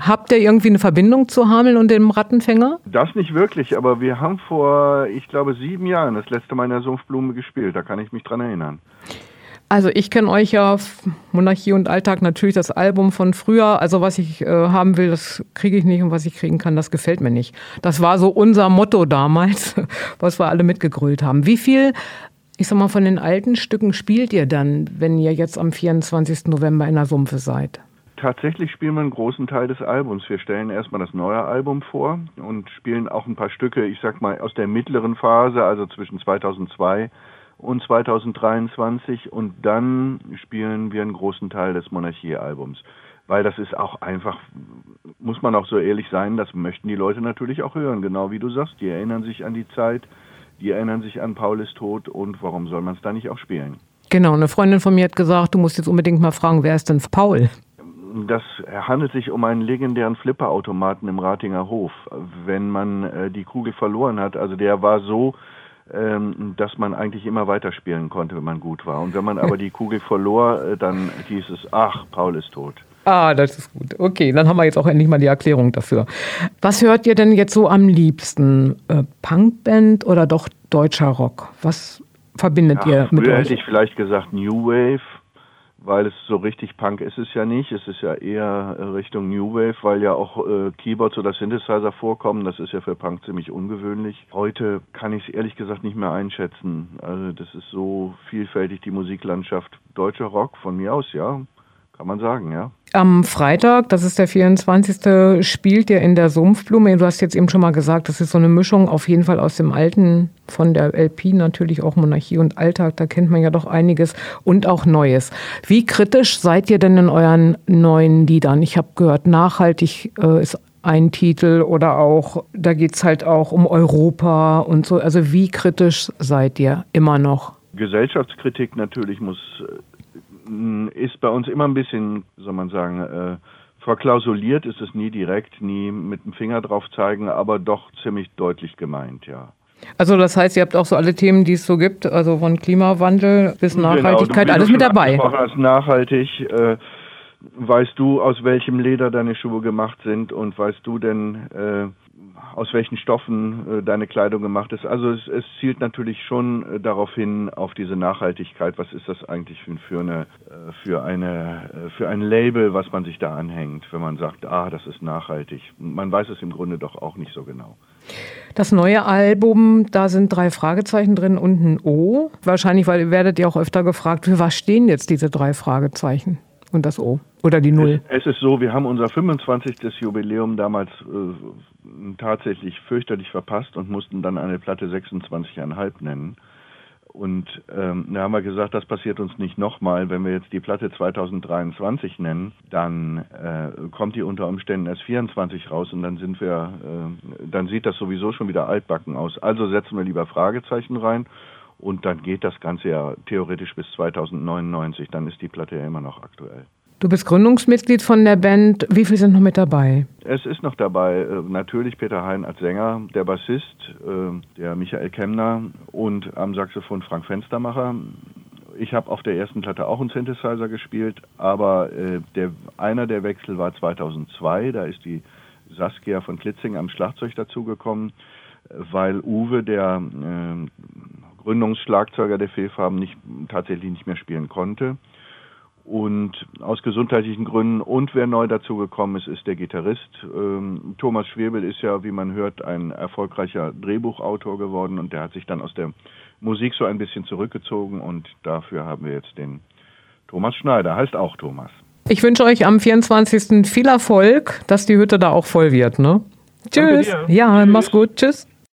Habt ihr irgendwie eine Verbindung zu Hameln und dem Rattenfänger? Das nicht wirklich, aber wir haben vor, ich glaube, 7 Jahren das letzte Mal in der Sumpfblume gespielt. Da kann ich mich dran erinnern. Also ich kenne euch ja, Monarchie und Alltag, natürlich das Album von früher. Also was ich haben will, das kriege ich nicht und was ich kriegen kann, das gefällt mir nicht. Das war so unser Motto damals, was wir alle mitgegrölt haben. Wie viel, ich sag mal, von den alten Stücken spielt ihr dann, wenn ihr jetzt am 24. November in der Sumpfe seid? Tatsächlich spielen wir einen großen Teil des Albums. Wir stellen erstmal das neue Album vor und spielen auch ein paar Stücke, ich sag mal, aus der mittleren Phase, also zwischen 2002 und 2023, und dann spielen wir einen großen Teil des Monarchie-Albums. Weil das ist auch einfach, muss man auch so ehrlich sein, das möchten die Leute natürlich auch hören, genau wie du sagst. Die erinnern sich an die Zeit, die erinnern sich an Paul ist tot, und warum soll man es da nicht auch spielen? Genau, eine Freundin von mir hat gesagt, du musst jetzt unbedingt mal fragen, wer ist denn Paul? Das handelt sich um einen legendären Flipperautomaten im Ratinger Hof. Wenn man die Kugel verloren hat, also der war so, dass man eigentlich immer weiterspielen konnte, wenn man gut war. Und wenn man aber die Kugel verlor, dann hieß es, ach, Paul ist tot. Ah, das ist gut. Okay, dann haben wir jetzt auch endlich mal die Erklärung dafür. Was hört ihr denn jetzt so am liebsten? Punkband oder doch deutscher Rock? Was verbindet ihr mit euch? Früher hätte ich vielleicht gesagt New Wave, weil es so richtig Punk ist es ja nicht. Es ist ja eher Richtung New Wave, weil ja auch Keyboards oder Synthesizer vorkommen. Das ist ja für Punk ziemlich ungewöhnlich. Heute kann ich es ehrlich gesagt nicht mehr einschätzen. Also das ist so vielfältig, die Musiklandschaft. Deutscher Rock von mir aus, ja. Kann man sagen, ja. Am Freitag, das ist der 24., spielt ihr in der Sumpfblume. Du hast jetzt eben schon mal gesagt, das ist so eine Mischung auf jeden Fall aus dem Alten, von der LP natürlich auch Monarchie und Alltag. Da kennt man ja doch einiges und auch Neues. Wie kritisch seid ihr denn in euren neuen Liedern? Ich habe gehört, nachhaltig ist ein Titel, oder auch, da geht es halt auch um Europa und so. Also wie kritisch seid ihr immer noch? Gesellschaftskritik natürlich ist bei uns immer ein bisschen, soll man sagen, verklausuliert ist es nie direkt, nie mit dem Finger drauf zeigen, aber doch ziemlich deutlich gemeint, ja. Also das heißt, ihr habt auch so alle Themen, die es so gibt, also von Klimawandel bis Nachhaltigkeit, alles mit dabei. Auch als nachhaltig, weißt du, aus welchem Leder deine Schuhe gemacht sind, und weißt du denn, aus welchen Stoffen deine Kleidung gemacht ist. Also es zielt natürlich schon darauf hin, auf diese Nachhaltigkeit. Was ist das eigentlich für ein Label, was man sich da anhängt, wenn man sagt, das ist nachhaltig. Man weiß es im Grunde doch auch nicht so genau. Das neue Album, da sind 3 Fragezeichen drin und ein O. Wahrscheinlich werdet ihr auch öfter gefragt, für was stehen jetzt diese 3 Fragezeichen und das O oder die 0? Es ist so, wir haben unser 25. Jubiläum damals tatsächlich fürchterlich verpasst und mussten dann eine Platte 26,5 nennen. Und da haben wir gesagt, das passiert uns nicht nochmal. Wenn wir jetzt die Platte 2023 nennen, dann kommt die unter Umständen erst 24 raus, und dann dann sieht das sowieso schon wieder altbacken aus. Also setzen wir lieber Fragezeichen rein, und dann geht das Ganze ja theoretisch bis 2099. Dann ist die Platte ja immer noch aktuell. Du bist Gründungsmitglied von der Band. Wie viele sind noch mit dabei? Es ist noch dabei natürlich Peter Hein als Sänger, der Bassist, der Michael Kemmner, und am Saxophon Frank Fenstermacher. Ich habe auf der ersten Platte auch einen Synthesizer gespielt, aber einer der Wechsel war 2002. Da ist die Saskia von Klitzing am Schlagzeug dazugekommen, weil Uwe, der Gründungsschlagzeuger der Fehlfarben, tatsächlich nicht mehr spielen konnte. Und aus gesundheitlichen Gründen, und wer neu dazugekommen ist der Gitarrist. Thomas Schwebel ist ja, wie man hört, ein erfolgreicher Drehbuchautor geworden, und der hat sich dann aus der Musik so ein bisschen zurückgezogen, und dafür haben wir jetzt den Thomas Schneider, heißt auch Thomas. Ich wünsche euch am 24. viel Erfolg, dass die Hütte da auch voll wird, ne? Tschüss. Ja, mach's gut. Tschüss.